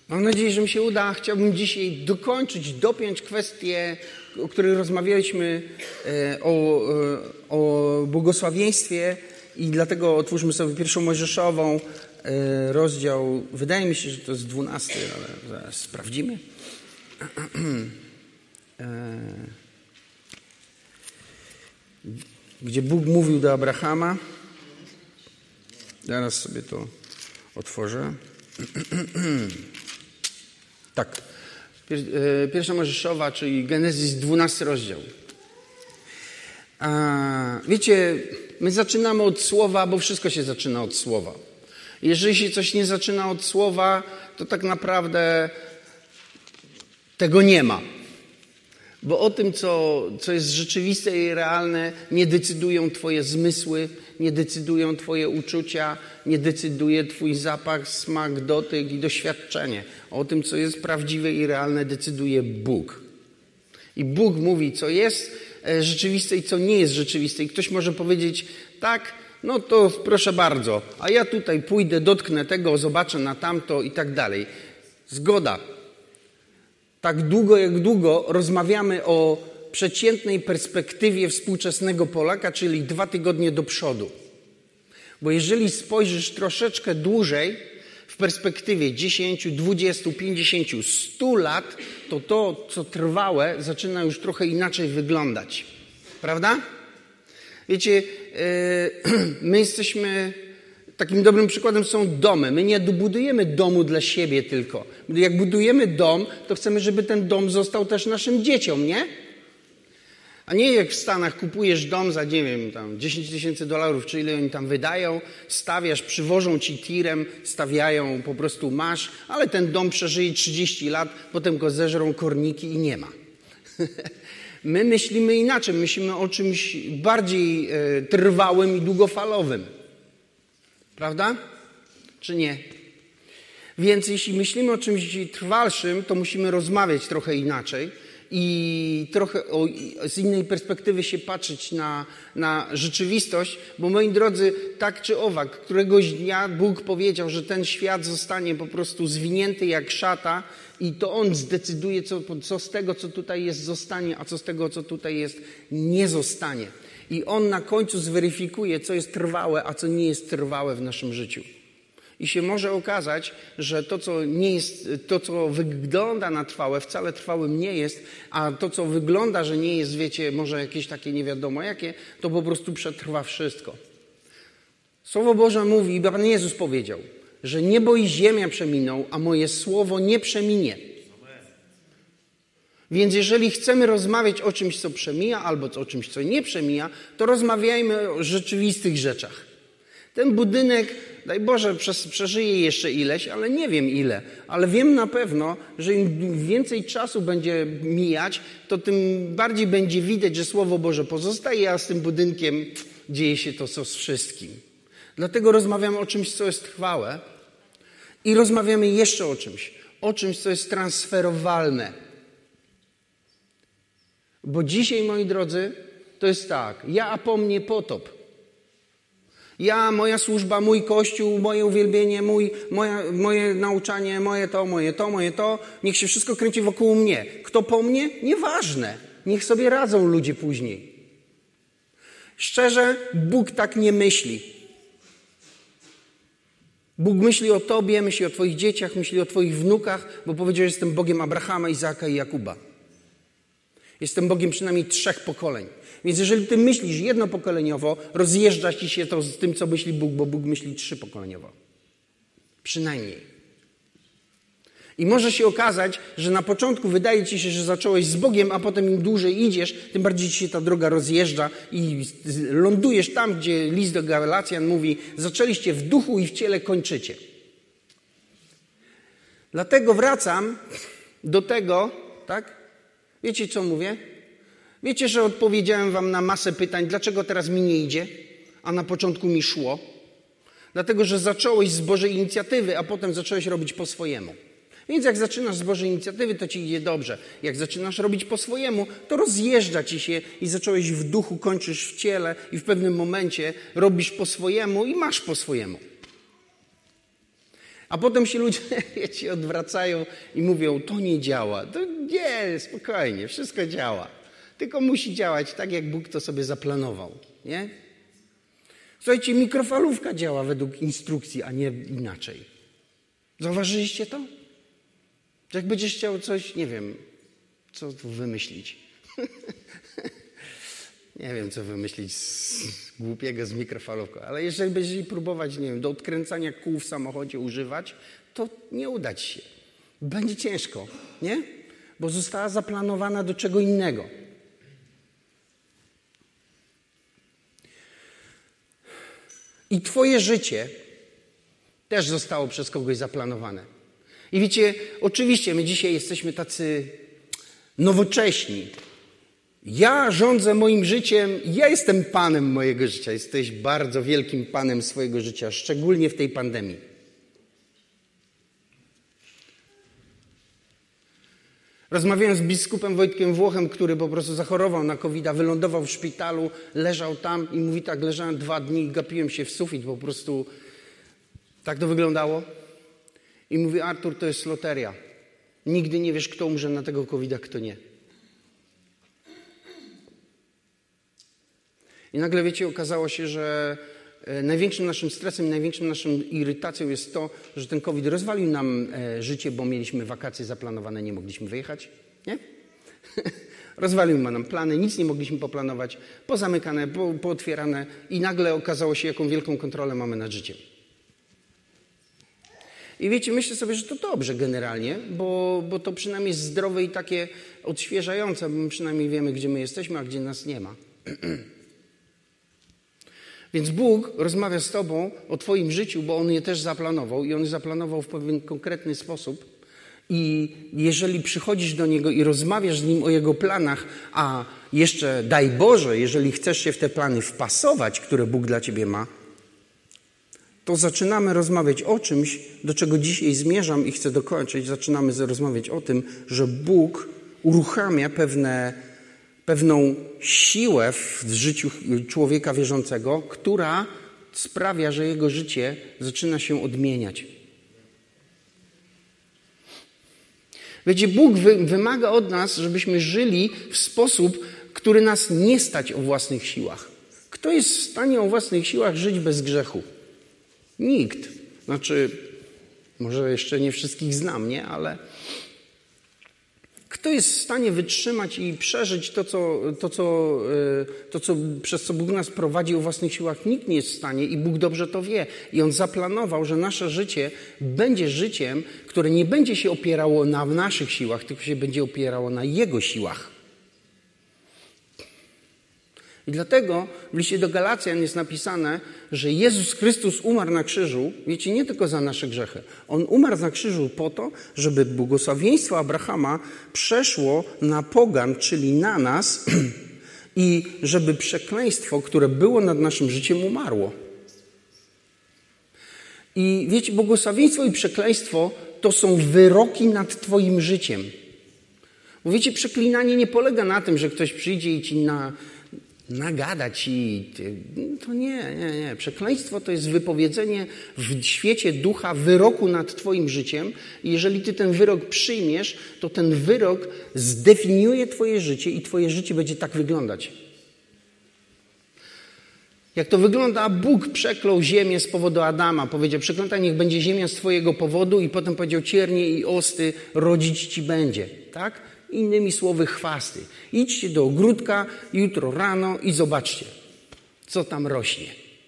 Mam nadzieję, że mi się uda. Chciałbym dzisiaj dopiąć kwestię, o której rozmawialiśmy, o błogosławieństwie i dlatego otwórzmy sobie 1 Mojżeszową, rozdział, wydaje mi się, że to jest 12, ale zaraz sprawdzimy. Gdzie Bóg mówił do Abrahama. Zaraz sobie to otworzę. Tak. 1 Mojżeszowa, czyli Genezis, 12 rozdział. Wiecie, my zaczynamy od słowa, bo wszystko się zaczyna od słowa. Jeżeli się coś nie zaczyna od słowa, to tak naprawdę tego nie ma. Bo o tym, co jest rzeczywiste i realne, nie decydują twoje zmysły, nie decydują twoje uczucia, nie decyduje twój zapach, smak, dotyk i doświadczenie. O tym, co jest prawdziwe i realne, decyduje Bóg. I Bóg mówi, co jest rzeczywiste i co nie jest rzeczywiste. I ktoś może powiedzieć, tak, no to proszę bardzo, a ja tutaj pójdę, dotknę tego, zobaczę na tamto i tak dalej. Zgoda. Tak długo, jak długo rozmawiamy o przeciętnej perspektywie współczesnego Polaka, czyli 2 tygodnie do przodu. Bo jeżeli spojrzysz troszeczkę dłużej, w perspektywie 10, 20, 50, 100 lat, to, co trwałe, zaczyna już trochę inaczej wyglądać. Prawda? Wiecie, my jesteśmy... Takim dobrym przykładem są domy. My nie budujemy domu dla siebie tylko. Jak budujemy dom, to chcemy, żeby ten dom został też naszym dzieciom, nie? A nie jak w Stanach kupujesz dom za, nie wiem, tam $10,000, czy ile oni tam wydają, stawiasz, przywożą ci tirem, stawiają, po prostu masz, ale ten dom przeżyje 30 lat, potem go zeżrą korniki i nie ma. My myślimy inaczej, myślimy o czymś bardziej trwałym i długofalowym. Prawda? Czy nie? Więc jeśli myślimy o czymś trwalszym, to musimy rozmawiać trochę inaczej i trochę z innej perspektywy się patrzeć na rzeczywistość, bo moi drodzy, tak czy owak, któregoś dnia Bóg powiedział, że ten świat zostanie po prostu zwinięty jak szata i to On zdecyduje, co z tego, co tutaj jest, zostanie, a co z tego, co tutaj jest, nie zostanie. I On na końcu zweryfikuje, co jest trwałe, a co nie jest trwałe w naszym życiu. I się może okazać, że to, co nie jest, to, co wygląda na trwałe, wcale trwałym nie jest, a to, co wygląda, że nie jest, wiecie, może jakieś takie nie wiadomo jakie, to po prostu przetrwa wszystko. Słowo Boże mówi, Pan Jezus powiedział, że niebo i ziemia przeminą, a moje słowo nie przeminie. Więc jeżeli chcemy rozmawiać o czymś, co przemija, albo o czymś, co nie przemija, to rozmawiajmy o rzeczywistych rzeczach. Ten budynek, daj Boże, przeżyje jeszcze ileś, ale nie wiem ile. Ale wiem na pewno, że im więcej czasu będzie mijać, to tym bardziej będzie widać, że Słowo Boże pozostaje, a z tym budynkiem dzieje się to, co z wszystkim. Dlatego rozmawiamy o czymś, co jest trwałe i rozmawiamy jeszcze o czymś, co jest transferowalne. Bo dzisiaj, moi drodzy, to jest tak, ja a po mnie potop. Ja, moja służba, mój kościół, moje uwielbienie, moje nauczanie, moje to, niech się wszystko kręci wokół mnie. Kto po mnie? Nieważne. Niech sobie radzą ludzie później. Szczerze, Bóg tak nie myśli. Bóg myśli o tobie, myśli o twoich dzieciach, myśli o twoich wnukach, bo powiedział, że jestem Bogiem Abrahama, Izaaka i Jakuba. Jestem Bogiem przynajmniej 3 pokoleń. Więc jeżeli ty myślisz jednopokoleniowo, rozjeżdża ci się to z tym, co myśli Bóg, bo Bóg myśli 3-pokoleniowo. Przynajmniej. I może się okazać, że na początku wydaje ci się, że zacząłeś z Bogiem, a potem im dłużej idziesz, tym bardziej ci się ta droga rozjeżdża i lądujesz tam, gdzie list do Galacjan mówi, zaczęliście w duchu i w ciele kończycie. Dlatego wracam do tego, tak? Wiecie, co mówię? Wiecie, że odpowiedziałem wam na masę pytań, dlaczego teraz mi nie idzie, a na początku mi szło? Dlatego, że zacząłeś z Bożej inicjatywy, a potem zacząłeś robić po swojemu. Więc jak zaczynasz z Bożej inicjatywy, to ci idzie dobrze. Jak zaczynasz robić po swojemu, to rozjeżdża ci się i zacząłeś w duchu, kończysz w ciele i w pewnym momencie robisz po swojemu i masz po swojemu. A potem się ludzie, wiecie, odwracają i mówią, to nie działa. To nie, spokojnie, wszystko działa. Tylko musi działać tak, jak Bóg to sobie zaplanował, nie? Słuchajcie, mikrofalówka działa według instrukcji, a nie inaczej. Zauważyliście to? Jak będziesz chciał coś, nie wiem, co tu wymyślić. Nie wiem, co wymyślić głupiego z mikrofalówką, ale jeżeli będziesz próbować, nie wiem, do odkręcania kół w samochodzie używać, to nie uda ci się. Będzie ciężko, nie? Bo została zaplanowana do czego innego. I twoje życie też zostało przez kogoś zaplanowane. I wiecie, oczywiście my dzisiaj jesteśmy tacy nowocześni. Ja rządzę moim życiem, ja jestem panem mojego życia. Jesteś bardzo wielkim panem swojego życia, szczególnie w tej pandemii. Rozmawiałem z biskupem Wojtkiem Włochem, który po prostu zachorował na COVID-a, wylądował w szpitalu, leżał tam i mówi tak, leżałem 2 dni i gapiłem się w sufit, po prostu tak to wyglądało. I mówi, Artur, to jest loteria. Nigdy nie wiesz, kto umrze na tego COVID-a, kto nie. I nagle, wiecie, okazało się, że największym naszym stresem, największą naszą irytacją jest to, że ten COVID rozwalił nam życie, bo mieliśmy wakacje zaplanowane, nie mogliśmy wyjechać, nie? Rozwalił nam plany, nic nie mogliśmy poplanować, pozamykane, pootwierane i nagle okazało się, jaką wielką kontrolę mamy nad życiem. I wiecie, myślę sobie, że to dobrze generalnie, bo to przynajmniej jest zdrowe i takie odświeżające, bo my przynajmniej wiemy, gdzie my jesteśmy, a gdzie nas nie ma. Więc Bóg rozmawia z tobą o twoim życiu, bo On je też zaplanował i On je zaplanował w pewien konkretny sposób. I jeżeli przychodzisz do Niego i rozmawiasz z Nim o Jego planach, a jeszcze daj Boże, jeżeli chcesz się w te plany wpasować, które Bóg dla ciebie ma, to zaczynamy rozmawiać o czymś, do czego dzisiaj zmierzam i chcę dokończyć. Zaczynamy rozmawiać o tym, że Bóg uruchamia pewną siłę w życiu człowieka wierzącego, która sprawia, że jego życie zaczyna się odmieniać. Wiecie, Bóg wymaga od nas, żebyśmy żyli w sposób, który nas nie stać o własnych siłach. Kto jest w stanie o własnych siłach żyć bez grzechu? Nikt. Znaczy, może jeszcze nie wszystkich znam, nie? Ale kto jest w stanie wytrzymać i przeżyć przez co Bóg nas prowadzi o własnych siłach? Nikt nie jest w stanie i Bóg dobrze to wie. I On zaplanował, że nasze życie będzie życiem, które nie będzie się opierało na naszych siłach, tylko się będzie opierało na Jego siłach. I dlatego w liście do Galacjan jest napisane, że Jezus Chrystus umarł na krzyżu, wiecie, nie tylko za nasze grzechy. On umarł na krzyżu po to, żeby błogosławieństwo Abrahama przeszło na pogan, czyli na nas i żeby przekleństwo, które było nad naszym życiem, umarło. I wiecie, błogosławieństwo i przekleństwo to są wyroki nad twoim życiem. Bo wiecie, przeklinanie nie polega na tym, że ktoś przyjdzie i ci nagada ci. To nie. Przekleństwo to jest wypowiedzenie w świecie ducha wyroku nad twoim życiem. I jeżeli ty ten wyrok przyjmiesz, to ten wyrok zdefiniuje twoje życie i twoje życie będzie tak wyglądać. Jak to wygląda? Bóg przeklął ziemię z powodu Adama. Powiedział, przeklęta niech będzie ziemia z twojego powodu i potem powiedział, ciernie i osty rodzić ci będzie. Tak? Innymi słowy, chwasty. Idźcie do ogródka jutro rano i zobaczcie, co tam rośnie.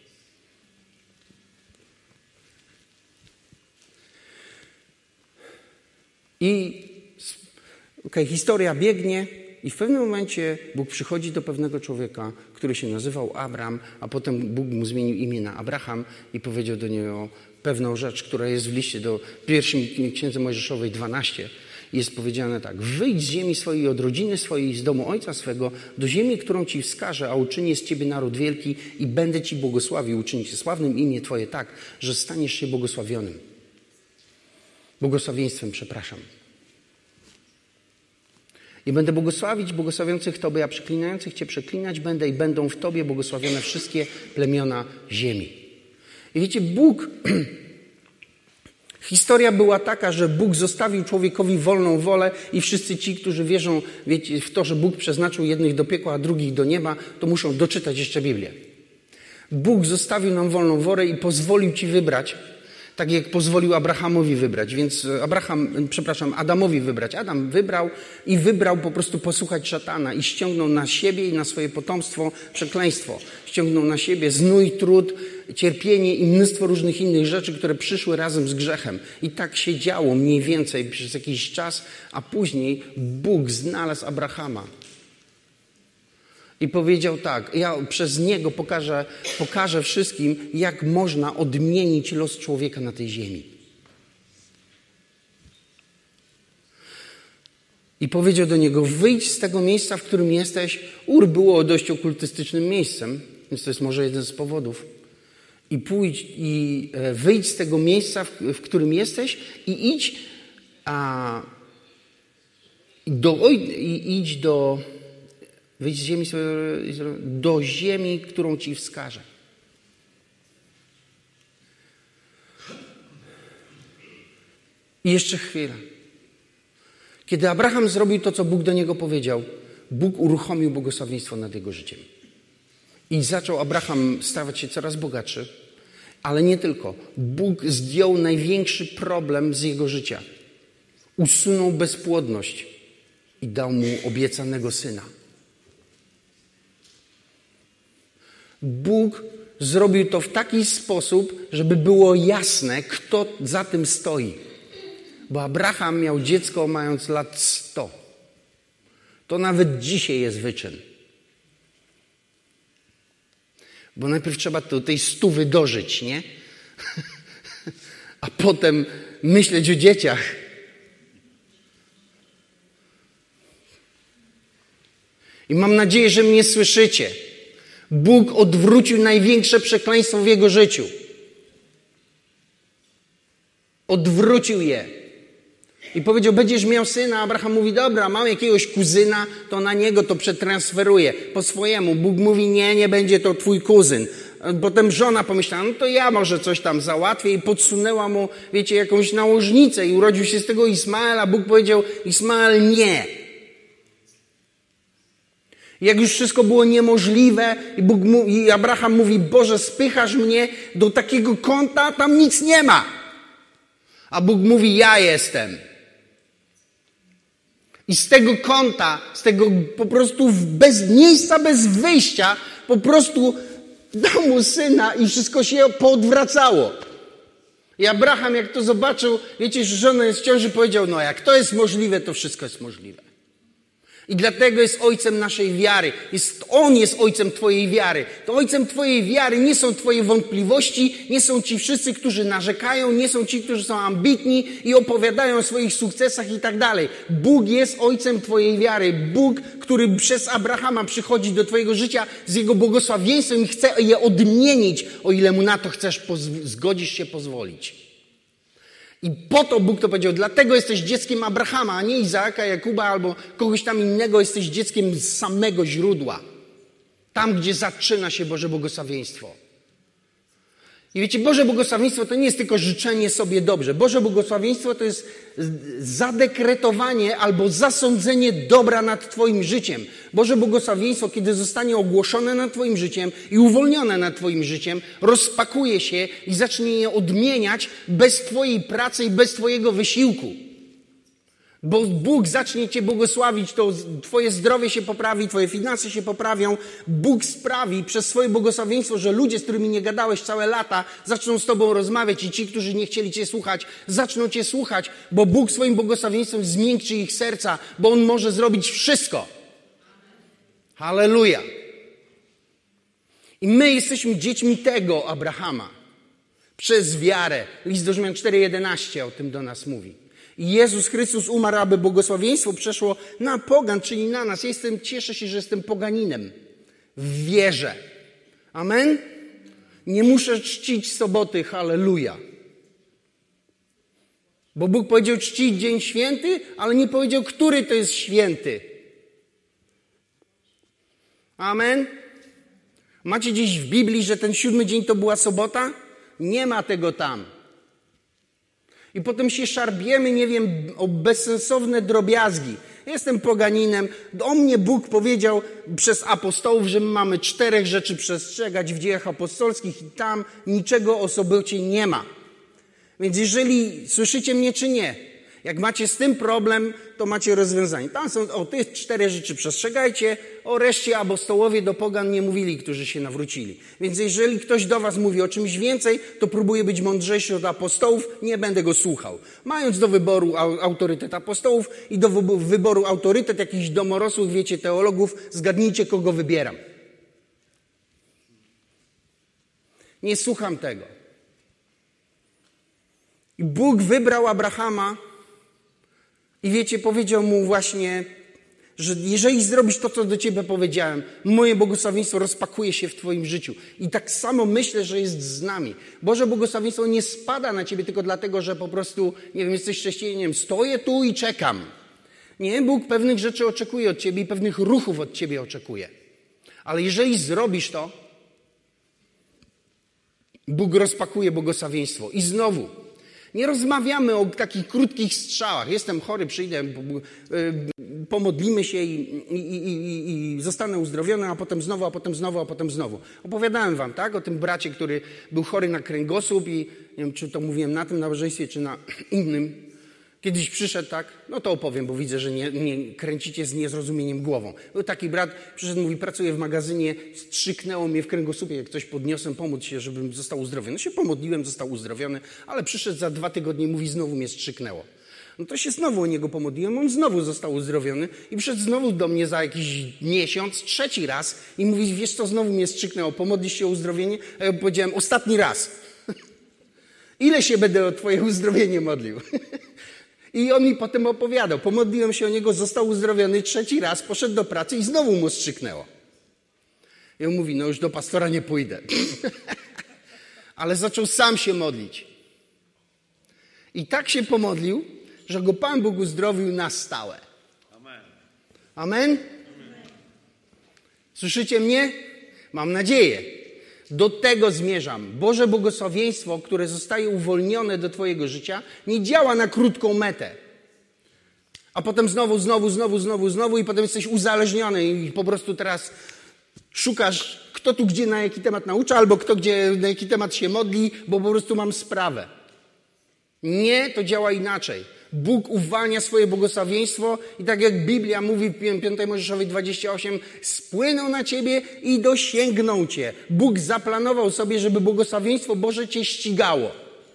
I historia biegnie i w pewnym momencie Bóg przychodzi do pewnego człowieka, który się nazywał Abram, a potem Bóg mu zmienił imię na Abraham i powiedział do niego pewną rzecz, która jest w liście do pierwszej Księdze Mojżeszowej 12. Jest powiedziane tak, wyjdź z ziemi swojej, od rodziny swojej, z domu ojca swego, do ziemi, którą ci wskażę, a uczynię z ciebie naród wielki i będę ci błogosławił, uczynię ci sławnym imię twoje tak, że staniesz się błogosławionym. Błogosławieństwem, przepraszam. I będę błogosławić błogosławiących tobie, a przeklinających cię przeklinać będę i będą w tobie błogosławione wszystkie plemiona ziemi. I wiecie, Bóg Historia była taka, że Bóg zostawił człowiekowi wolną wolę i wszyscy ci, którzy wierzą w to, że Bóg przeznaczył jednych do piekła, a drugich do nieba, to muszą doczytać jeszcze Biblię. Bóg zostawił nam wolną wolę i pozwolił ci wybrać, tak jak pozwolił Abrahamowi wybrać, więc Adamowi wybrać. Adam wybrał po prostu posłuchać szatana i ściągnął na siebie i na swoje potomstwo przekleństwo. Ściągnął na siebie znój, trud, cierpienie i mnóstwo różnych innych rzeczy, które przyszły razem z grzechem. I tak się działo mniej więcej przez jakiś czas, a później Bóg znalazł Abrahama. I powiedział tak, ja przez niego pokażę wszystkim, jak można odmienić los człowieka na tej ziemi. I powiedział do niego, wyjdź z tego miejsca, w którym jesteś. Ur było dość okultystycznym miejscem, więc to jest może jeden z powodów. I pójdź i wyjdź z tego miejsca, w którym jesteś i wyjdź z ziemi do ziemi, którą ci wskażę. I jeszcze chwilę. Kiedy Abraham zrobił to, co Bóg do niego powiedział, Bóg uruchomił błogosławieństwo nad jego życiem. I zaczął Abraham stawać się coraz bogatszy, ale nie tylko. Bóg zdjął największy problem z jego życia. Usunął bezpłodność i dał mu obiecanego syna. Bóg zrobił to w taki sposób, żeby było jasne, kto za tym stoi. Bo Abraham miał dziecko mając lat 100. To nawet dzisiaj jest wyczyn. Bo najpierw trzeba do tej 100 dożyć, nie? A potem myśleć o dzieciach. I mam nadzieję, że mnie słyszycie. Bóg odwrócił największe przekleństwo w jego życiu. Odwrócił je. I powiedział, będziesz miał syna. Abraham mówi, dobra, mam jakiegoś kuzyna, to na niego to przetransferuję po swojemu. Bóg mówi, nie będzie to twój kuzyn. Potem żona pomyślała, no to ja może coś tam załatwię i podsunęła mu, wiecie, jakąś nałożnicę i urodził się z tego Ismael, a Bóg powiedział, Ismael nie. Jak już wszystko było niemożliwe i Abraham mówi, Boże, spychasz mnie do takiego kąta, tam nic nie ma. A Bóg mówi, ja jestem. I z tego kąta, z tego po prostu bez miejsca, bez wyjścia, po prostu dał mu syna i wszystko się poodwracało. I Abraham, jak to zobaczył, wiecie, że żona jest w ciąży, powiedział, no jak to jest możliwe, to wszystko jest możliwe. I dlatego jest ojcem naszej wiary. On jest ojcem twojej wiary. To ojcem twojej wiary nie są twoje wątpliwości, nie są ci wszyscy, którzy narzekają, nie są ci, którzy są ambitni i opowiadają o swoich sukcesach i tak dalej. Bóg jest ojcem twojej wiary. Bóg, który przez Abrahama przychodzi do twojego życia z jego błogosławieństwem i chce je odmienić, o ile mu na to zgodzisz się pozwolić. I po to Bóg to powiedział, dlatego jesteś dzieckiem Abrahama, a nie Izaaka, Jakuba albo kogoś tam innego, jesteś dzieckiem z samego źródła. Tam, gdzie zaczyna się Boże błogosławieństwo. I wiecie, Boże błogosławieństwo to nie jest tylko życzenie sobie dobrze. Boże błogosławieństwo to jest zadekretowanie albo zasądzenie dobra nad twoim życiem. Boże błogosławieństwo, kiedy zostanie ogłoszone nad twoim życiem i uwolnione nad twoim życiem, rozpakuje się i zacznie je odmieniać bez twojej pracy i bez twojego wysiłku. Bo Bóg zacznie cię błogosławić, to twoje zdrowie się poprawi, twoje finanse się poprawią. Bóg sprawi przez swoje błogosławieństwo, że ludzie, z którymi nie gadałeś całe lata, zaczną z tobą rozmawiać i ci, którzy nie chcieli cię słuchać, zaczną cię słuchać, bo Bóg swoim błogosławieństwem zmiękczy ich serca, bo On może zrobić wszystko. Halleluja. I my jesteśmy dziećmi tego Abrahama. Przez wiarę. List do Rzymian 4:11 o tym do nas mówi. I Jezus Chrystus umarł, aby błogosławieństwo przeszło na pogan, czyli na nas. Cieszę się, że jestem poganinem. W wierze. Amen? Nie muszę czcić soboty. Halleluja. Bo Bóg powiedział czcić dzień święty, ale nie powiedział, który to jest święty. Amen? Macie gdzieś w Biblii, że ten 7 dzień to była sobota? Nie ma tego tam. I potem się szarpiemy, nie wiem, o bezsensowne drobiazgi. Jestem poganinem. O mnie Bóg powiedział przez apostołów, że my mamy 4 rzeczy przestrzegać w Dziejach Apostolskich i tam niczego osobicie nie ma. Więc jeżeli słyszycie mnie czy nie, jak macie z tym problem, to macie rozwiązanie. Tam są, te 4 rzeczy przestrzegajcie, o reszcie apostołowie do pogan nie mówili, którzy się nawrócili. Więc jeżeli ktoś do was mówi o czymś więcej, to próbuje być mądrzejszy od apostołów, nie będę go słuchał. Mając do wyboru autorytet apostołów i do wyboru autorytet jakichś domorosłych, wiecie, teologów, zgadnijcie, kogo wybieram. Nie słucham tego. I Bóg wybrał Abrahama i wiecie, powiedział mu właśnie, że jeżeli zrobisz to, co do ciebie powiedziałem, moje błogosławieństwo rozpakuje się w twoim życiu. I tak samo myślę, że jest z nami. Boże błogosławieństwo nie spada na ciebie tylko dlatego, że po prostu, nie wiem, jesteś chrześcijaninem, stoję tu i czekam. Nie, Bóg pewnych rzeczy oczekuje od ciebie i pewnych ruchów od ciebie oczekuje. Ale jeżeli zrobisz to, Bóg rozpakuje błogosławieństwo. I znowu, nie rozmawiamy o takich krótkich strzałach. Jestem chory, przyjdę, pomodlimy się i zostanę uzdrowiony, a potem znowu, a potem znowu, a potem znowu. Opowiadałem wam, tak, o tym bracie, który był chory na kręgosłup i nie wiem, czy to mówiłem na tym nabożeństwie, czy na innym. Kiedyś przyszedł tak, no to opowiem, bo widzę, że nie kręcicie z niezrozumieniem głową. Był taki brat, przyszedł, mówi, pracuję w magazynie, strzyknęło mnie w kręgosłupie, jak coś podniosłem, pomóc się, żebym został uzdrowiony. No się pomodliłem, został uzdrowiony, ale przyszedł za 2 tygodnie i mówi, znowu mnie strzyknęło. No to się znowu o niego pomodliłem, on znowu został uzdrowiony i przyszedł znowu do mnie za jakiś miesiąc, 3. raz i mówi, wiesz co, znowu mnie strzyknęło, pomodlisz się o uzdrowienie? A ja powiedziałem, ostatni raz. Ile się będę o twoje uzdrowienie modlił? I on mi potem opowiadał. Pomodliłem się o niego, został uzdrowiony 3. raz, poszedł do pracy i znowu mu strzyknęło. I on mówi, no już do pastora nie pójdę. Ale zaczął sam się modlić. I tak się pomodlił, że go Pan Bóg uzdrowił na stałe. Amen? Amen? Słyszycie mnie? Mam nadzieję. Do tego zmierzam. Boże błogosławieństwo, które zostaje uwolnione do twojego życia, nie działa na krótką metę. A potem znowu i potem jesteś uzależniony i po prostu teraz szukasz, kto tu gdzie na jaki temat naucza, albo kto gdzie na jaki temat się modli, bo po prostu mam sprawę. Nie, to działa inaczej. Bóg uwalnia swoje błogosławieństwo i tak jak Biblia mówi w 5 Mojżeszowej 28, spłyną na ciebie i dosięgną cię. Bóg zaplanował sobie, żeby błogosławieństwo Boże cię ścigało.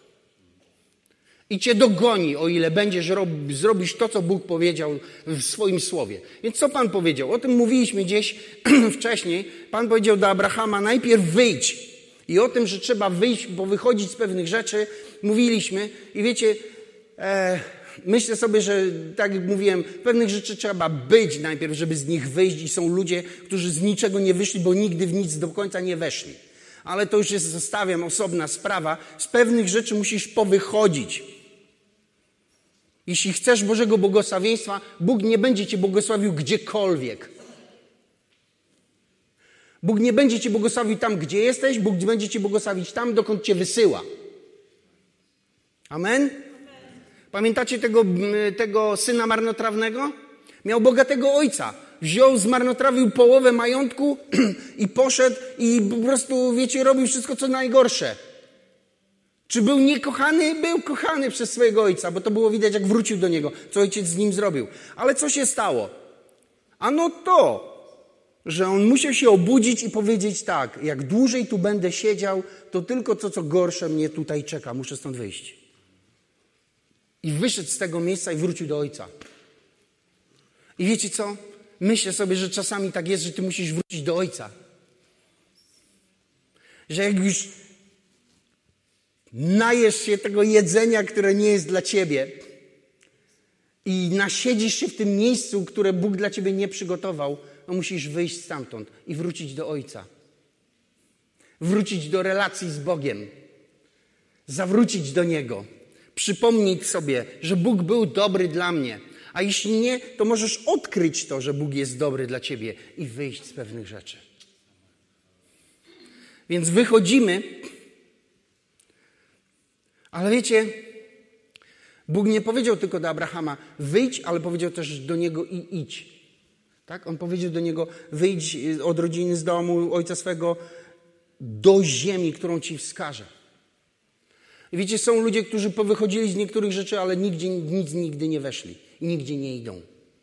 I cię dogoni, o ile będziesz zrobisz to, co Bóg powiedział w swoim słowie. Więc co Pan powiedział? O tym mówiliśmy gdzieś wcześniej. Pan powiedział do Abrahama, najpierw wyjdź. I o tym, że trzeba wyjść, bo wychodzić z pewnych rzeczy, mówiliśmy. I wiecie, myślę sobie, że tak jak mówiłem, pewnych rzeczy trzeba być najpierw, żeby z nich wyjść. I są ludzie, którzy z niczego nie wyszli, bo nigdy w nic do końca nie weszli. Ale to już jest, zostawiam, osobna sprawa. Z pewnych rzeczy musisz powychodzić. Jeśli chcesz Bożego błogosławieństwa, Bóg nie będzie cię błogosławił gdziekolwiek. Bóg nie będzie cię błogosławił tam, gdzie jesteś. Bóg będzie cię błogosławić tam, dokąd cię wysyła. Amen? Pamiętacie tego syna marnotrawnego? Miał bogatego ojca. Wziął, zmarnotrawił połowę majątku i poszedł i po prostu, wiecie, robił wszystko, co najgorsze. Czy był niekochany? Był kochany przez swojego ojca, bo to było widać, jak wrócił do niego, co ojciec z nim zrobił. Ale co się stało? Ano to, że on musiał się obudzić i powiedzieć tak, jak dłużej tu będę siedział, to tylko to, co gorsze mnie tutaj czeka. Muszę stąd wyjść. I wyszedł z tego miejsca i wrócił do ojca. I wiecie co? Myślę sobie, że czasami tak jest, że ty musisz wrócić do ojca. Że jak już najesz się tego jedzenia, które nie jest dla ciebie i nasiedzisz się w tym miejscu, które Bóg dla ciebie nie przygotował, no musisz wyjść stamtąd i wrócić do Ojca. Wrócić do relacji z Bogiem. Zawrócić do Niego. Przypomnieć sobie, że Bóg był dobry dla mnie. A jeśli nie, to możesz odkryć to, że Bóg jest dobry dla ciebie i wyjść z pewnych rzeczy. Więc wychodzimy. Ale wiecie, Bóg nie powiedział tylko do Abrahama wyjdź, ale powiedział też do niego i idź. Tak? On powiedział do niego wyjdź od rodziny, z domu ojca swego do ziemi, którą ci wskażę. I wiecie, są ludzie, którzy powychodzili z niektórych rzeczy, ale nigdy nie weszli i nigdzie nie idą.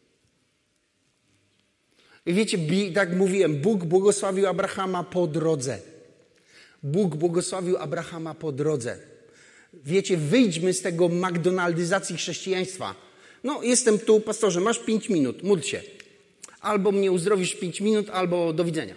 I wiecie, tak mówiłem, Bóg błogosławił Abrahama po drodze. Bóg błogosławił Abrahama po drodze. Wiecie, wyjdźmy z tego McDonaldyzacji chrześcijaństwa. No, jestem tu, pastorze, masz 5 minut, módl się. Albo mnie uzdrowisz 5 minut, albo do widzenia.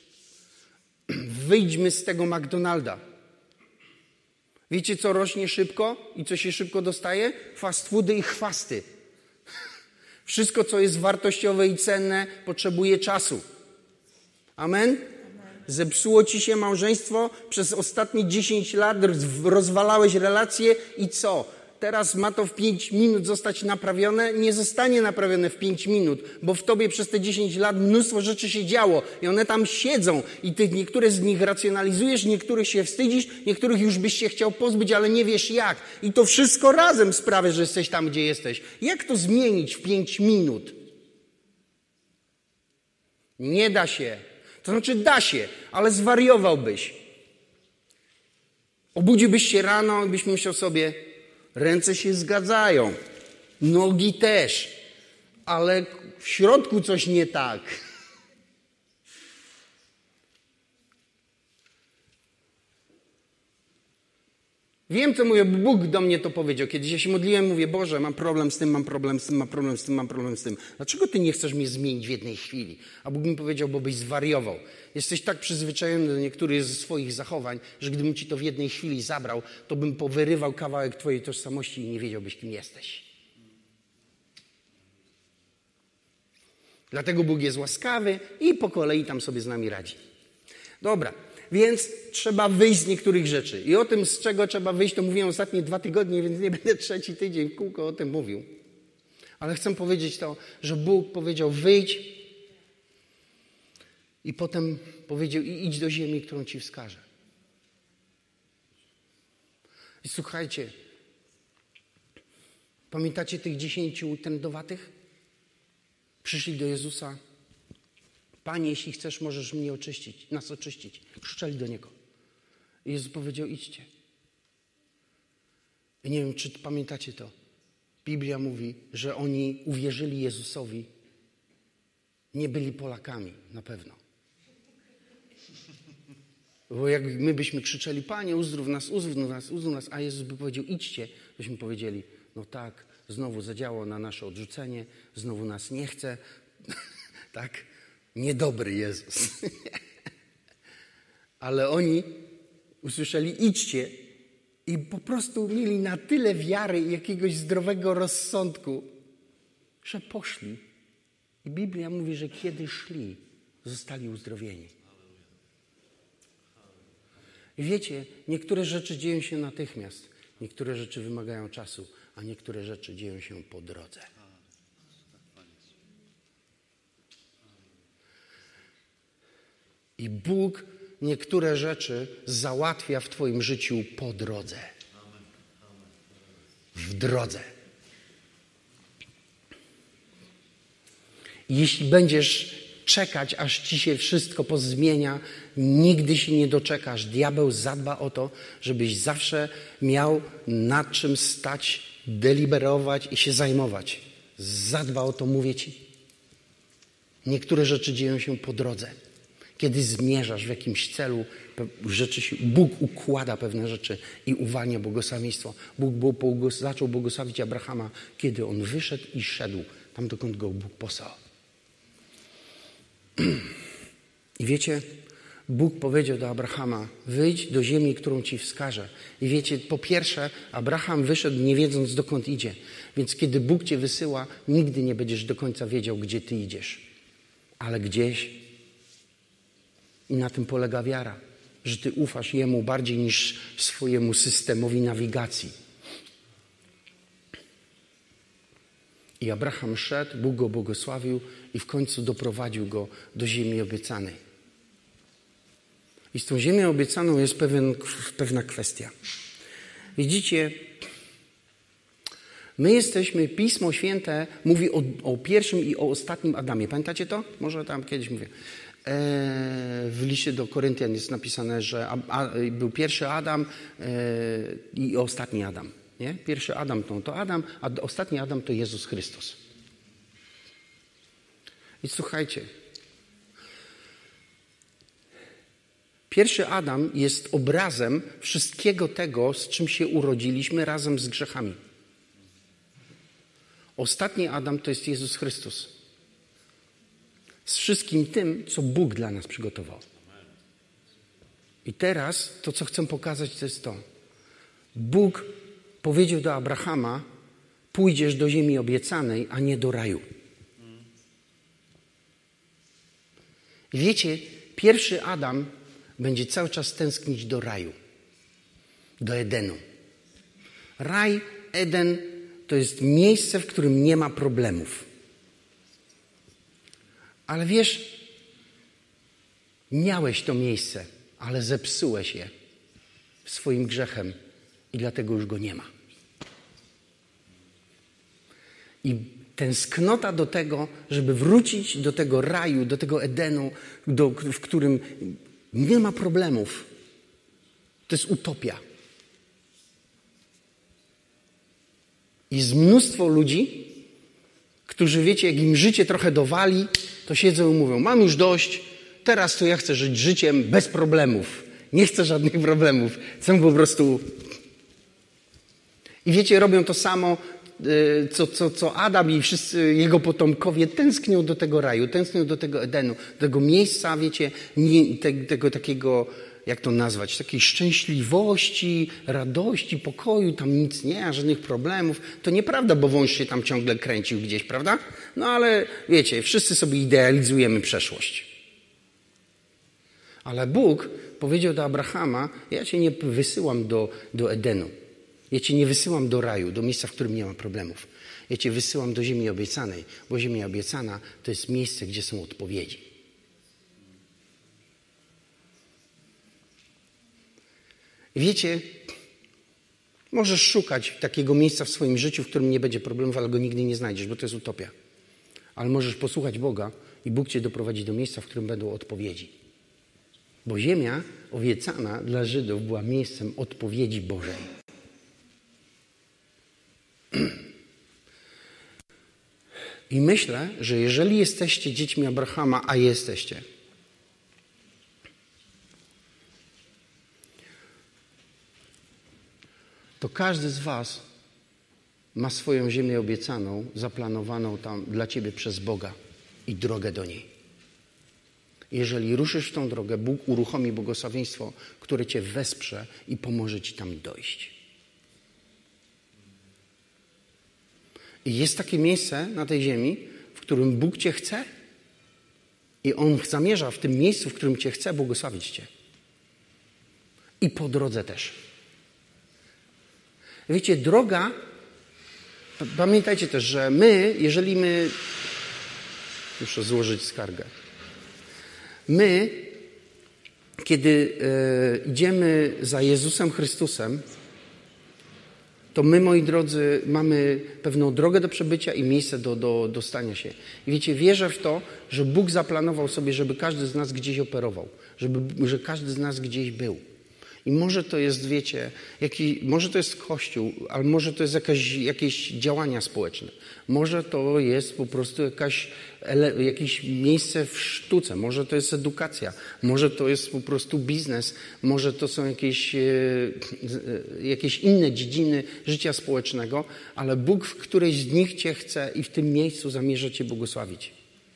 Wyjdźmy z tego McDonalda. Wiecie, co rośnie szybko i co się szybko dostaje? Fast foody i chwasty. Wszystko, co jest wartościowe i cenne, potrzebuje czasu. Amen? Zepsuło ci się małżeństwo, przez ostatnie 10 lat rozwalałeś relacje i co? Teraz ma to w 5 minut zostać naprawione? Nie zostanie naprawione w 5 minut, bo w tobie przez te 10 lat mnóstwo rzeczy się działo i one tam siedzą i ty niektóre z nich racjonalizujesz, niektórych się wstydzisz, niektórych już byś się chciał pozbyć, ale nie wiesz jak. I to wszystko razem sprawia, że jesteś tam, gdzie jesteś. Jak to zmienić w 5 minut? Nie da się. To znaczy da się, ale zwariowałbyś. Obudziłbyś się rano i byś myślał sobie, ręce się zgadzają, nogi też, ale w środku coś nie tak. Wiem, co mówię, Bóg do mnie to powiedział. Kiedyś ja się modliłem, mówię, Boże, mam problem z tym, mam problem z tym, mam problem z tym, mam problem z tym. Dlaczego Ty nie chcesz mnie zmienić w jednej chwili? A Bóg mi powiedział, bo byś zwariował. Jesteś tak przyzwyczajony do niektórych ze swoich zachowań, że gdybym Ci to w jednej chwili zabrał, to bym powyrywał kawałek Twojej tożsamości i nie wiedziałbyś, kim jesteś. Dlatego Bóg jest łaskawy i po kolei tam sobie z nami radzi. Dobra. Więc trzeba wyjść z niektórych rzeczy. I o tym, z czego trzeba wyjść, to mówiłem ostatnie 2 tygodnie, więc nie będę 3. tydzień w kółko o tym mówił. Ale chcę powiedzieć to, że Bóg powiedział wyjdź i potem powiedział i idź do ziemi, którą ci wskażę. I słuchajcie, pamiętacie tych 10 trędowatych? Przyszli do Jezusa. Panie, jeśli chcesz, możesz mnie oczyścić, nas oczyścić. Krzyczeli do Niego. I Jezus powiedział, idźcie. I nie wiem, czy pamiętacie to. Biblia mówi, że oni uwierzyli Jezusowi. Nie byli Polakami, na pewno. Bo jak my byśmy krzyczeli, Panie, uzdrów nas, uzdrów nas, uzdrów nas, a Jezus by powiedział, idźcie, byśmy powiedzieli, no tak, znowu zadziałało na nasze odrzucenie, znowu nas nie chce, tak? Niedobry Jezus. Ale oni usłyszeli, idźcie i po prostu mieli na tyle wiary i jakiegoś zdrowego rozsądku, że poszli. I Biblia mówi, że kiedy szli, zostali uzdrowieni. I wiecie, niektóre rzeczy dzieją się natychmiast, niektóre rzeczy wymagają czasu, a niektóre rzeczy dzieją się po drodze. I Bóg niektóre rzeczy załatwia w twoim życiu po drodze. W drodze. Jeśli będziesz czekać, aż ci się wszystko pozmienia, nigdy się nie doczekasz. Diabeł zadba o to, żebyś zawsze miał nad czym stać, deliberować i się zajmować. Zadba o to, mówię ci. Niektóre rzeczy dzieją się po drodze. Kiedy zmierzasz w jakimś celu, Bóg układa pewne rzeczy i uwalnia błogosławieństwo. Bóg zaczął błogosławić Abrahama, kiedy on wyszedł i szedł tam, dokąd go Bóg posłał. I wiecie, Bóg powiedział do Abrahama, wyjdź do ziemi, którą ci wskażę. I wiecie, po pierwsze, Abraham wyszedł nie wiedząc, dokąd idzie. Więc kiedy Bóg cię wysyła, nigdy nie będziesz do końca wiedział, gdzie ty idziesz. Ale gdzieś. I na tym polega wiara, że ty ufasz Jemu bardziej niż swojemu systemowi nawigacji. I Abraham szedł, Bóg go błogosławił i w końcu doprowadził go do ziemi obiecanej. I z tą ziemią obiecaną jest pewna kwestia. Widzicie, My jesteśmy, Pismo Święte mówi o pierwszym i o ostatnim Adamie. Pamiętacie to? Może tam kiedyś mówię. W liście do Koryntian jest napisane, że był pierwszy Adam i ostatni Adam. Nie? Pierwszy Adam to Adam, a ostatni Adam to Jezus Chrystus. I słuchajcie. Pierwszy Adam jest obrazem wszystkiego tego, z czym się urodziliśmy razem z grzechami. Ostatni Adam to jest Jezus Chrystus. Z wszystkim tym, co Bóg dla nas przygotował. I teraz to, co chcę pokazać, to jest to. Bóg powiedział do Abrahama, pójdziesz do ziemi obiecanej, a nie do raju. I wiecie, pierwszy Adam będzie cały czas tęsknić do raju, do Edenu. Raj, Eden to jest miejsce, w którym nie ma problemów. Ale wiesz, miałeś to miejsce, ale zepsułeś je swoim grzechem i dlatego już go nie ma. I tęsknota do tego, żeby wrócić do tego raju, do tego Edenu, w którym nie ma problemów, to jest utopia. Jest mnóstwo ludzi, którzy, wiecie, jak im życie trochę dowali, to siedzą i mówią, mam już dość, teraz to ja chcę żyć życiem bez problemów. Nie chcę żadnych problemów. Chcę po prostu... I wiecie, robią to samo, co Adam i wszyscy jego potomkowie tęsknią do tego raju, tęsknią do tego Edenu, do tego miejsca, wiecie, tego takiego, jak to nazwać, takiej szczęśliwości, radości, pokoju, tam nic nie ma, żadnych problemów. To nieprawda, bo wąż się tam ciągle kręcił gdzieś, prawda? No ale wiecie, wszyscy sobie idealizujemy przeszłość. Ale Bóg powiedział do Abrahama, ja cię nie wysyłam do Edenu. Ja cię nie wysyłam do raju, do miejsca, w którym nie ma problemów. Ja cię wysyłam do ziemi obiecanej, bo ziemia obiecana to jest miejsce, gdzie są odpowiedzi. Wiecie, możesz szukać takiego miejsca w swoim życiu, w którym nie będzie problemów, ale go nigdy nie znajdziesz, bo to jest utopia. Ale możesz posłuchać Boga i Bóg cię doprowadzi do miejsca, w którym będą odpowiedzi. Bo ziemia obiecana dla Żydów była miejscem odpowiedzi Bożej. I myślę, że jeżeli jesteście dziećmi Abrahama, a jesteście, to każdy z was ma swoją ziemię obiecaną, zaplanowaną tam dla ciebie przez Boga i drogę do niej. Jeżeli ruszysz w tą drogę, Bóg uruchomi błogosławieństwo, które cię wesprze i pomoże ci tam dojść. I jest takie miejsce na tej ziemi, w którym Bóg cię chce i On zamierza w tym miejscu, w którym cię chce, błogosławić cię. I po drodze też. Wiecie, droga, pamiętajcie też, że my, jeżeli my, muszę złożyć skargę, my, kiedy idziemy za Jezusem Chrystusem, to my, moi drodzy, mamy pewną drogę do przebycia i miejsce do stania się. I wiecie, wierzę w to, że Bóg zaplanował sobie, żeby każdy z nas gdzieś operował, że każdy z nas gdzieś był. I może to jest, wiecie, może to jest Kościół, ale może to jest jakieś działania społeczne. Może to jest po prostu jakieś miejsce w sztuce, może to jest edukacja, może to jest po prostu biznes, może to są jakieś inne dziedziny życia społecznego, ale Bóg w którejś z nich cię chce i w tym miejscu zamierza cię błogosławić.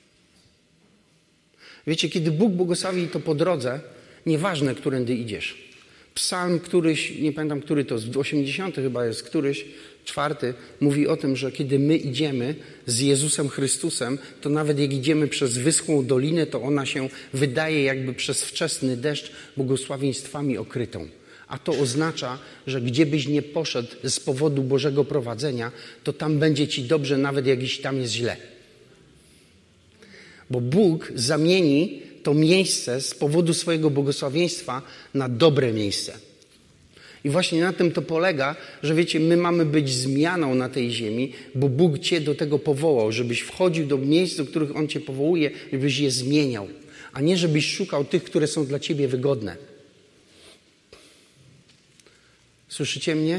Wiecie, kiedy Bóg błogosławi, to po drodze, nieważne, którędy idziesz. Psalm któryś, nie pamiętam, który to jest, 80 chyba jest któryś, 4, mówi o tym, że kiedy my idziemy z Jezusem Chrystusem, to nawet jak idziemy przez wyschłą dolinę, to ona się wydaje jakby przez wczesny deszcz błogosławieństwami okrytą. A to oznacza, że gdzie byś nie poszedł z powodu Bożego prowadzenia, to tam będzie ci dobrze, nawet jak iść tam jest źle. Bo Bóg zamieni to miejsce z powodu swojego błogosławieństwa na dobre miejsce. I właśnie na tym to polega, że wiecie, my mamy być zmianą na tej ziemi, bo Bóg cię do tego powołał, żebyś wchodził do miejsc, do których On cię powołuje, żebyś je zmieniał, a nie żebyś szukał tych, które są dla ciebie wygodne. Słyszycie mnie?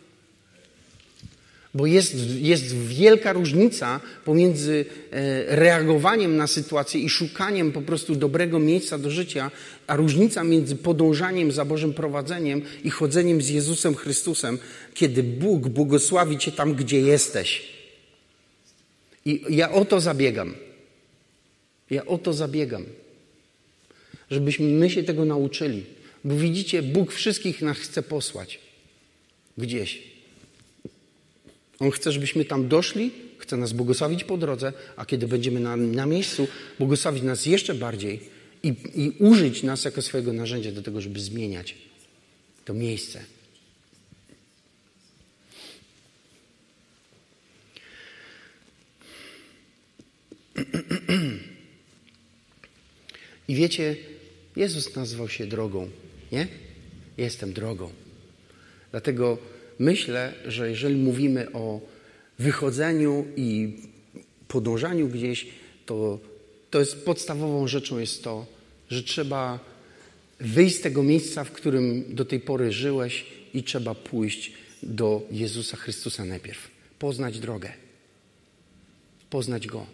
Bo jest wielka różnica pomiędzy reagowaniem na sytuację i szukaniem po prostu dobrego miejsca do życia, a różnica między podążaniem za Bożym prowadzeniem i chodzeniem z Jezusem Chrystusem, kiedy Bóg błogosławi cię tam, gdzie jesteś. I ja o to zabiegam. Ja o to zabiegam. Żebyśmy my się tego nauczyli. Bo widzicie, Bóg wszystkich nas chce posłać. Gdzieś. On chce, żebyśmy tam doszli, chce nas błogosławić po drodze, a kiedy będziemy na miejscu, błogosławić nas jeszcze bardziej i użyć nas jako swojego narzędzia do tego, żeby zmieniać to miejsce. I wiecie, Jezus nazwał się drogą, nie? Jestem drogą. Dlatego myślę, że jeżeli mówimy o wychodzeniu i podążaniu gdzieś, to jest podstawową rzeczą jest to, że trzeba wyjść z tego miejsca, w którym do tej pory żyłeś i trzeba pójść do Jezusa Chrystusa najpierw. Poznać drogę. Poznać Go.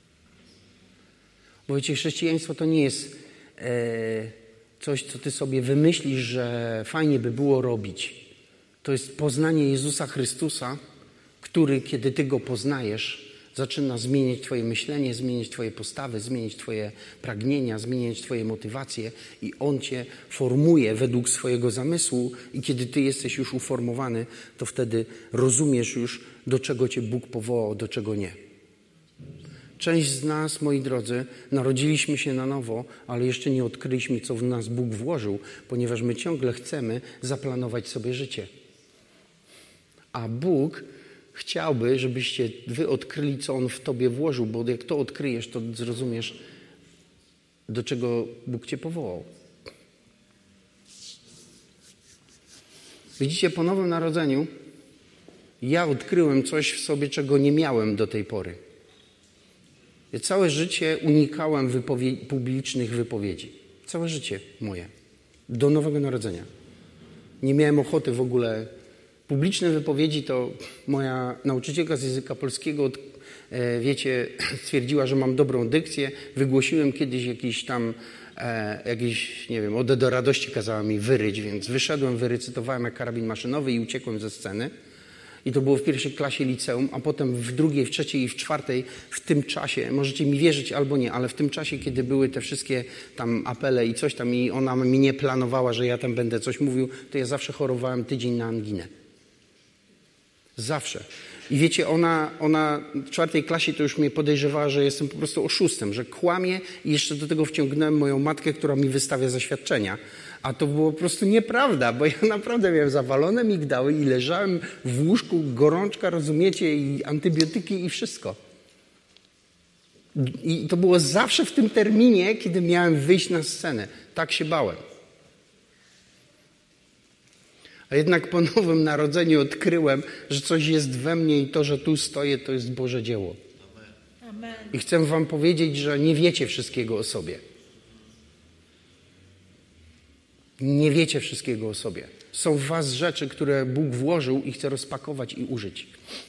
Bo wiecie, chrześcijaństwo to nie jest coś, co ty sobie wymyślisz, że fajnie by było robić. To jest poznanie Jezusa Chrystusa, który, kiedy ty Go poznajesz, zaczyna zmieniać twoje myślenie, zmieniać twoje postawy, zmieniać twoje pragnienia, zmieniać twoje motywacje i On cię formuje według swojego zamysłu i kiedy ty jesteś już uformowany, to wtedy rozumiesz już, do czego cię Bóg powołał, do czego nie. Część z nas, moi drodzy, narodziliśmy się na nowo, ale jeszcze nie odkryliśmy, co w nas Bóg włożył, ponieważ my ciągle chcemy zaplanować sobie życie. A Bóg chciałby, żebyście wy odkryli, co On w tobie włożył, bo jak to odkryjesz, to zrozumiesz, do czego Bóg cię powołał. Widzicie, po Nowym Narodzeniu ja odkryłem coś w sobie, czego nie miałem do tej pory. Ja całe życie unikałem publicznych wypowiedzi. Całe życie moje. Do Nowego Narodzenia. Nie miałem ochoty w ogóle. Publiczne wypowiedzi to moja nauczycielka z języka polskiego, wiecie, stwierdziła, że mam dobrą dykcję. Wygłosiłem kiedyś jakiś, nie wiem, Odę do radości kazała mi wyryć, więc wyszedłem, wyrecytowałem jak karabin maszynowy i uciekłem ze sceny. I to było w pierwszej klasie liceum, a potem w drugiej, w trzeciej i w czwartej, w tym czasie, możecie mi wierzyć albo nie, ale w tym czasie, kiedy były te wszystkie tam apele i coś tam i ona mi nie planowała, że ja tam będę coś mówił, to ja zawsze chorowałem tydzień na anginę. Zawsze. I wiecie, ona w czwartej klasie to już mnie podejrzewała, że jestem po prostu oszustem, że kłamię i jeszcze do tego wciągnąłem moją matkę, która mi wystawia zaświadczenia. A to było po prostu nieprawda, bo ja naprawdę miałem zawalone migdały i leżałem w łóżku, gorączka, rozumiecie, i antybiotyki i wszystko. I to było zawsze w tym terminie, kiedy miałem wyjść na scenę. Tak się bałem. A jednak po Nowym Narodzeniu odkryłem, że coś jest we mnie i to, że tu stoję, to jest Boże dzieło. Amen. I chcę wam powiedzieć, że nie wiecie wszystkiego o sobie. Nie wiecie wszystkiego o sobie. Są w was rzeczy, które Bóg włożył i chce rozpakować i użyć.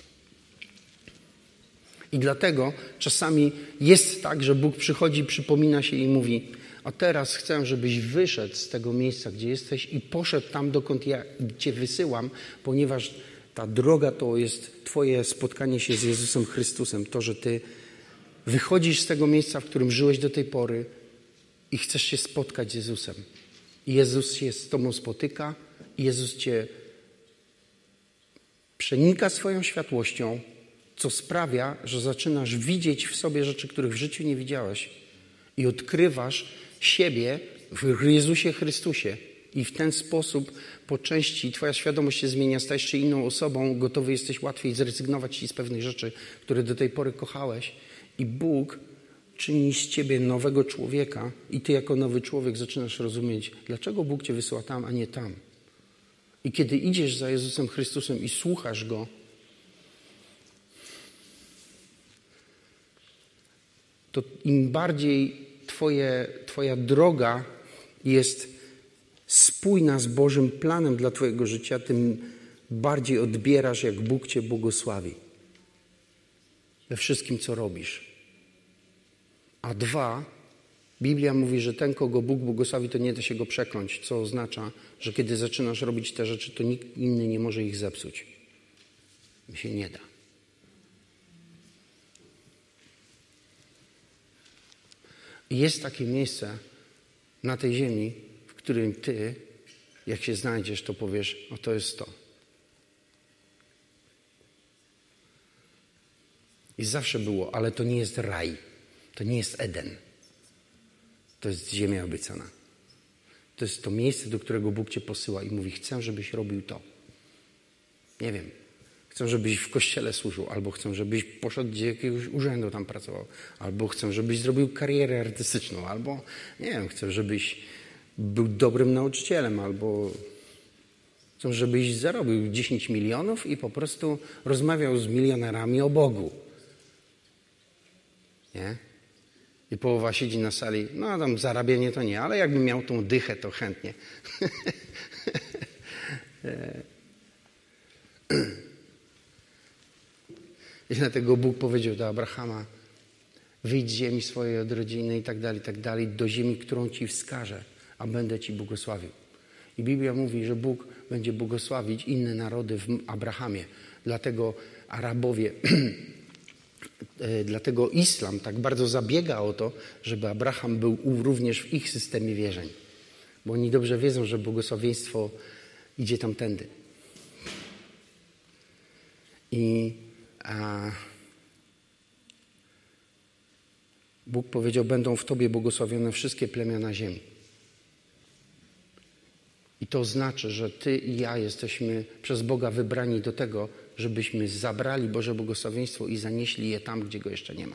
I dlatego czasami jest tak, że Bóg przychodzi, przypomina się i mówi: a teraz chcę, żebyś wyszedł z tego miejsca, gdzie jesteś i poszedł tam, dokąd ja cię wysyłam, ponieważ ta droga to jest twoje spotkanie się z Jezusem Chrystusem. To, że ty wychodzisz z tego miejsca, w którym żyłeś do tej pory i chcesz się spotkać z Jezusem. I Jezus się z tobą spotyka i Jezus cię przenika swoją światłością, co sprawia, że zaczynasz widzieć w sobie rzeczy, których w życiu nie widziałeś i odkrywasz siebie w Jezusie Chrystusie. I w ten sposób po części twoja świadomość się zmienia, stajesz się inną osobą, gotowy jesteś łatwiej zrezygnować z pewnych rzeczy, które do tej pory kochałeś. I Bóg czyni z ciebie nowego człowieka i ty jako nowy człowiek zaczynasz rozumieć, dlaczego Bóg cię wysyła tam, a nie tam. I kiedy idziesz za Jezusem Chrystusem i słuchasz Go, to im bardziej Twoja droga jest spójna z Bożym planem dla Twojego życia, tym bardziej odbierasz, jak Bóg Cię błogosławi we wszystkim, co robisz. A dwa, Biblia mówi, że ten, kogo Bóg błogosławi, to nie da się go przekląć, co oznacza, że kiedy zaczynasz robić te rzeczy, to nikt inny nie może ich zepsuć. Mi się nie da. I jest takie miejsce na tej ziemi, w którym ty, jak się znajdziesz, to powiesz, o to jest to. I zawsze było, ale to nie jest raj. To nie jest Eden. To jest ziemia obiecana. To jest to miejsce, do którego Bóg cię posyła i mówi, chcę, żebyś robił to. Nie wiem. Chcę, żebyś w kościele służył, albo chcę, żebyś poszedł do jakiegoś urzędu tam pracował, albo chcę, żebyś zrobił karierę artystyczną, albo nie wiem, chcę, żebyś był dobrym nauczycielem, albo chcę, żebyś zarobił 10 milionów i po prostu rozmawiał z milionerami o Bogu. Nie? I połowa siedzi na sali, no tam zarabianie to nie, ale jakbym miał tą dychę, to chętnie. I dlatego Bóg powiedział do Abrahama, wyjdź z ziemi swojej, od rodziny i tak dalej, do ziemi, którą ci wskażę, a będę ci błogosławił. I Biblia mówi, że Bóg będzie błogosławić inne narody w Abrahamie. Dlatego Arabowie, dlatego islam tak bardzo zabiega o to, żeby Abraham był również w ich systemie wierzeń. Bo oni dobrze wiedzą, że błogosławieństwo idzie tamtędy. Bóg powiedział, będą w Tobie błogosławione wszystkie plemiona ziemi. I to znaczy, że Ty i ja jesteśmy przez Boga wybrani do tego, żebyśmy zabrali Boże błogosławieństwo i zanieśli je tam, gdzie go jeszcze nie ma.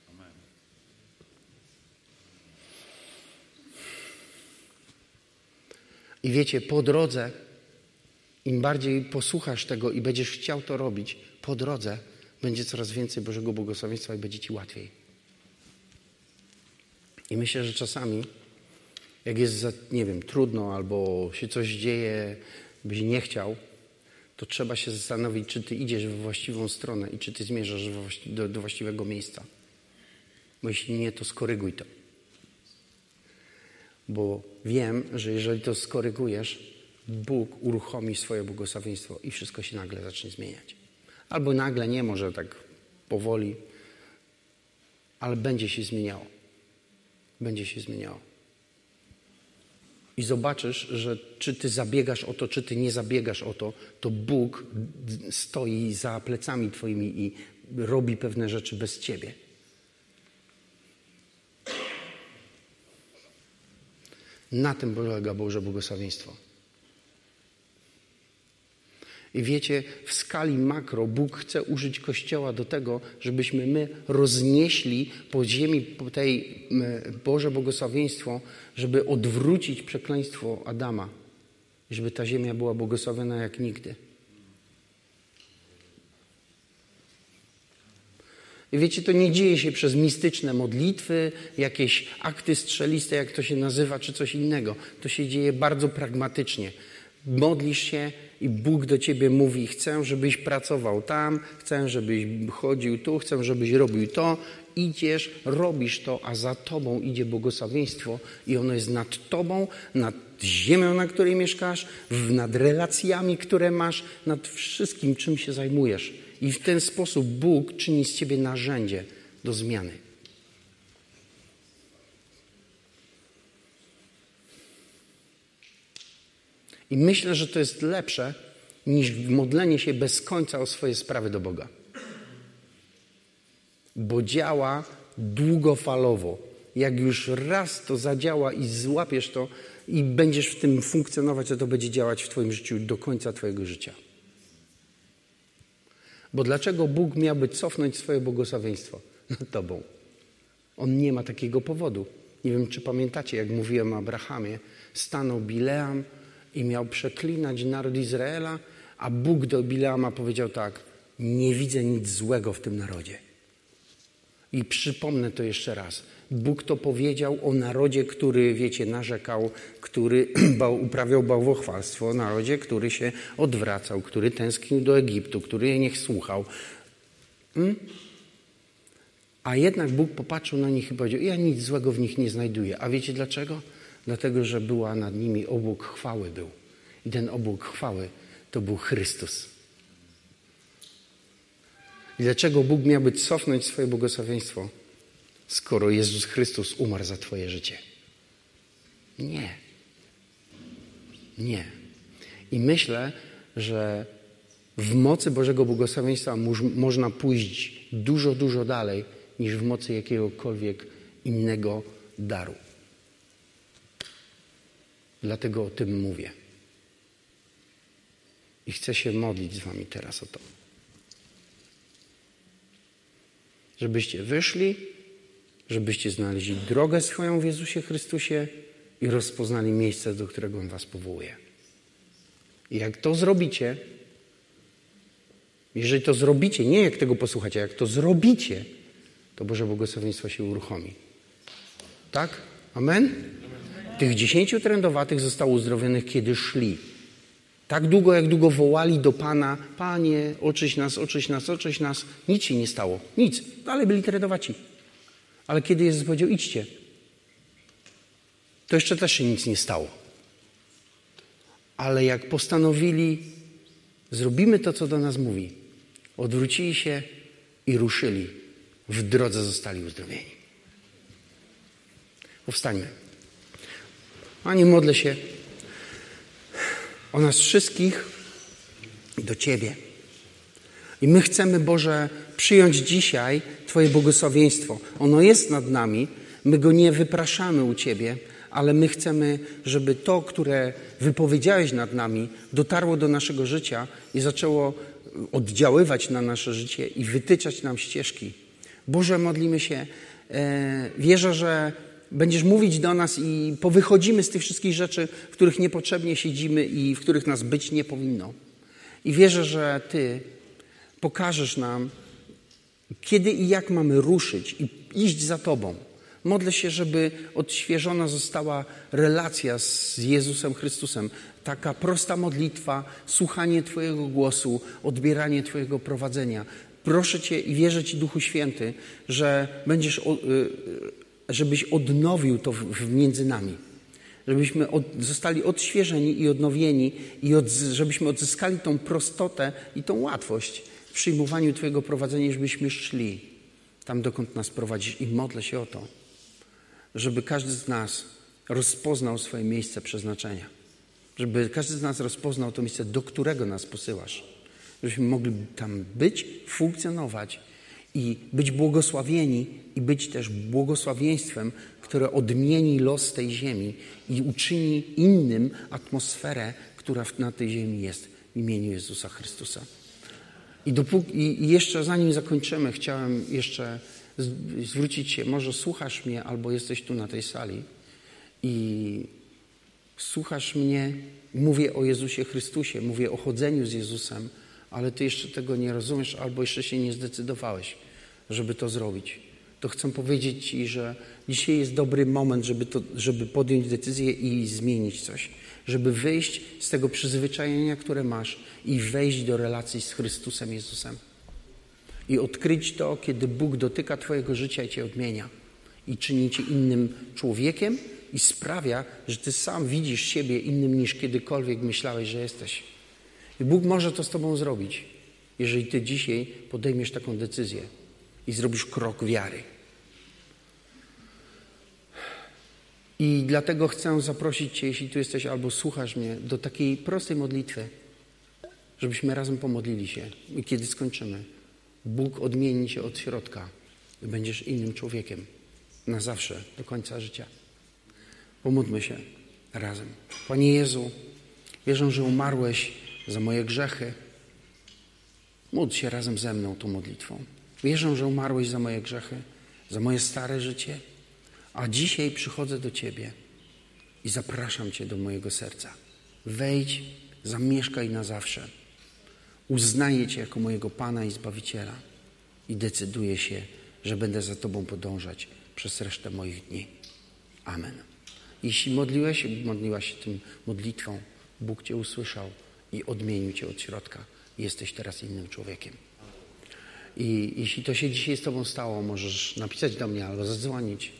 I wiecie, po drodze, im bardziej posłuchasz tego i będziesz chciał to robić, po drodze będzie coraz więcej Bożego błogosławieństwa i będzie ci łatwiej. I myślę, że czasami, jak jest, nie wiem, trudno albo się coś dzieje, byś nie chciał, to trzeba się zastanowić, czy ty idziesz we właściwą stronę i czy ty zmierzasz do właściwego miejsca. Bo jeśli nie, to skoryguj to. Bo wiem, że jeżeli to skorygujesz, Bóg uruchomi swoje błogosławieństwo i wszystko się nagle zacznie zmieniać. Albo nagle nie, może tak powoli, ale będzie się zmieniało. Będzie się zmieniało. I zobaczysz, że czy ty zabiegasz o to, czy ty nie zabiegasz o to, to Bóg stoi za plecami twoimi i robi pewne rzeczy bez ciebie. Na tym polega Boże błogosławieństwo. I wiecie, w skali makro Bóg chce użyć Kościoła do tego, żebyśmy my roznieśli po ziemi tej Boże błogosławieństwo, żeby odwrócić przekleństwo Adama. I żeby ta ziemia była błogosławiona jak nigdy. I wiecie, to nie dzieje się przez mistyczne modlitwy, jakieś akty strzeliste, jak to się nazywa, czy coś innego. To się dzieje bardzo pragmatycznie. Modlisz się i Bóg do ciebie mówi, chcę, żebyś pracował tam, chcę, żebyś chodził tu, chcę, żebyś robił to. Idziesz, robisz to, a za tobą idzie błogosławieństwo i ono jest nad tobą, nad ziemią, na której mieszkasz, nad relacjami, które masz, nad wszystkim, czym się zajmujesz. I w ten sposób Bóg czyni z ciebie narzędzie do zmiany. I myślę, że to jest lepsze niż modlenie się bez końca o swoje sprawy do Boga. Bo działa długofalowo. Jak już raz to zadziała i złapiesz to i będziesz w tym funkcjonować, to będzie działać w twoim życiu do końca twojego życia. Bo dlaczego Bóg miałby cofnąć swoje błogosławieństwo nad tobą? On nie ma takiego powodu. Nie wiem, czy pamiętacie, jak mówiłem o Abrahamie. Stanął Bileam i miał przeklinać naród Izraela, a Bóg do Bileama powiedział tak: nie widzę nic złego w tym narodzie. I przypomnę to jeszcze raz. Bóg to powiedział o narodzie, który, wiecie, narzekał, który uprawiał bałwochwalstwo, o narodzie, który się odwracał, który tęsknił do Egiptu, który jej nie słuchał. A jednak Bóg popatrzył na nich i powiedział: ja nic złego w nich nie znajduję. A wiecie dlaczego? Dlatego, że była nad nimi obłok chwały był. I ten obłok chwały to był Chrystus. I dlaczego Bóg miałby cofnąć swoje błogosławieństwo, skoro Jezus Chrystus umarł za twoje życie? Nie. Nie. I myślę, że w mocy Bożego błogosławieństwa można pójść dużo, dużo dalej niż w mocy jakiegokolwiek innego daru. Dlatego o tym mówię. I chcę się modlić z wami teraz o to. Żebyście wyszli, żebyście znaleźli drogę swoją w Jezusie Chrystusie i rozpoznali miejsce, do którego On was powołuje. I jak to zrobicie, jeżeli to zrobicie, nie jak tego posłuchacie, jak to zrobicie, to Boże błogosławieństwo się uruchomi. Tak? Amen? Tych 10 trędowatych zostało uzdrowionych, kiedy szli. Tak długo, jak długo wołali do Pana: Panie, oczyść nas, oczyść nas, oczyść nas. Nic się nie stało. Nic. Dalej byli trędowaci. Ale kiedy Jezus powiedział: idźcie, to jeszcze też się nic nie stało. Ale jak postanowili, zrobimy to, co do nas mówi, odwrócili się i ruszyli. W drodze zostali uzdrowieni. Powstańmy. Panie, modlę się o nas wszystkich i do Ciebie. I my chcemy, Boże, przyjąć dzisiaj Twoje błogosławieństwo. Ono jest nad nami, my go nie wypraszamy u Ciebie, ale my chcemy, żeby to, które wypowiedziałeś nad nami, dotarło do naszego życia i zaczęło oddziaływać na nasze życie i wytyczać nam ścieżki. Boże, modlimy się, wierzę, że będziesz mówić do nas i powychodzimy z tych wszystkich rzeczy, w których niepotrzebnie siedzimy i w których nas być nie powinno. I wierzę, że Ty pokażesz nam, kiedy i jak mamy ruszyć i iść za Tobą. Modlę się, żeby odświeżona została relacja z Jezusem Chrystusem. Taka prosta modlitwa, słuchanie Twojego głosu, odbieranie Twojego prowadzenia. Proszę Cię i wierzę Ci, Duchu Święty, że żebyś odnowił to między nami. Żebyśmy zostali odświeżeni i odnowieni i żebyśmy odzyskali tą prostotę i tą łatwość w przyjmowaniu Twojego prowadzenia, żebyśmy szli tam, dokąd nas prowadzisz. I modlę się o to, żeby każdy z nas rozpoznał swoje miejsce przeznaczenia. Żeby każdy z nas rozpoznał to miejsce, do którego nas posyłasz. Żebyśmy mogli tam być, funkcjonować i być błogosławieni i być też błogosławieństwem, które odmieni los tej ziemi i uczyni innym atmosferę, która na tej ziemi jest, w imieniu Jezusa Chrystusa. I jeszcze zanim zakończymy, chciałem jeszcze zwrócić się, może słuchasz mnie albo jesteś tu na tej sali i słuchasz mnie, mówię o Jezusie Chrystusie, mówię o chodzeniu z Jezusem, ale ty jeszcze tego nie rozumiesz albo jeszcze się nie zdecydowałeś, żeby to zrobić. To chcę powiedzieć Ci, że dzisiaj jest dobry moment, żeby podjąć decyzję i zmienić coś. Żeby wyjść z tego przyzwyczajenia, które masz i wejść do relacji z Chrystusem Jezusem. I odkryć to, kiedy Bóg dotyka Twojego życia i Cię odmienia. I czyni Cię innym człowiekiem i sprawia, że Ty sam widzisz siebie innym niż kiedykolwiek myślałeś, że jesteś. I Bóg może to z Tobą zrobić, jeżeli Ty dzisiaj podejmiesz taką decyzję i zrobisz krok wiary. I dlatego chcę zaprosić Cię, jeśli tu jesteś albo słuchasz mnie, do takiej prostej modlitwy, żebyśmy razem pomodlili się. I kiedy skończymy, Bóg odmieni Cię od środka i będziesz innym człowiekiem na zawsze, do końca życia. Pomódlmy się razem. Panie Jezu, wierzę, że umarłeś za moje grzechy. Módl się razem ze mną tą modlitwą. Wierzę, że umarłeś za moje grzechy, za moje stare życie, a dzisiaj przychodzę do Ciebie i zapraszam Cię do mojego serca. Wejdź, zamieszkaj na zawsze. Uznaję Cię jako mojego Pana i Zbawiciela i decyduję się, że będę za Tobą podążać przez resztę moich dni. Amen. Jeśli modliłeś lub modliłaś się tym modlitwą, Bóg Cię usłyszał i odmienił Cię od środka. Jesteś teraz innym człowiekiem. I jeśli to się dzisiaj z Tobą stało, możesz napisać do mnie albo zadzwonić.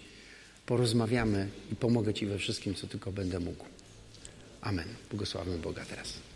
Porozmawiamy i pomogę Ci we wszystkim, co tylko będę mógł. Amen. Błogosławmy Boga teraz.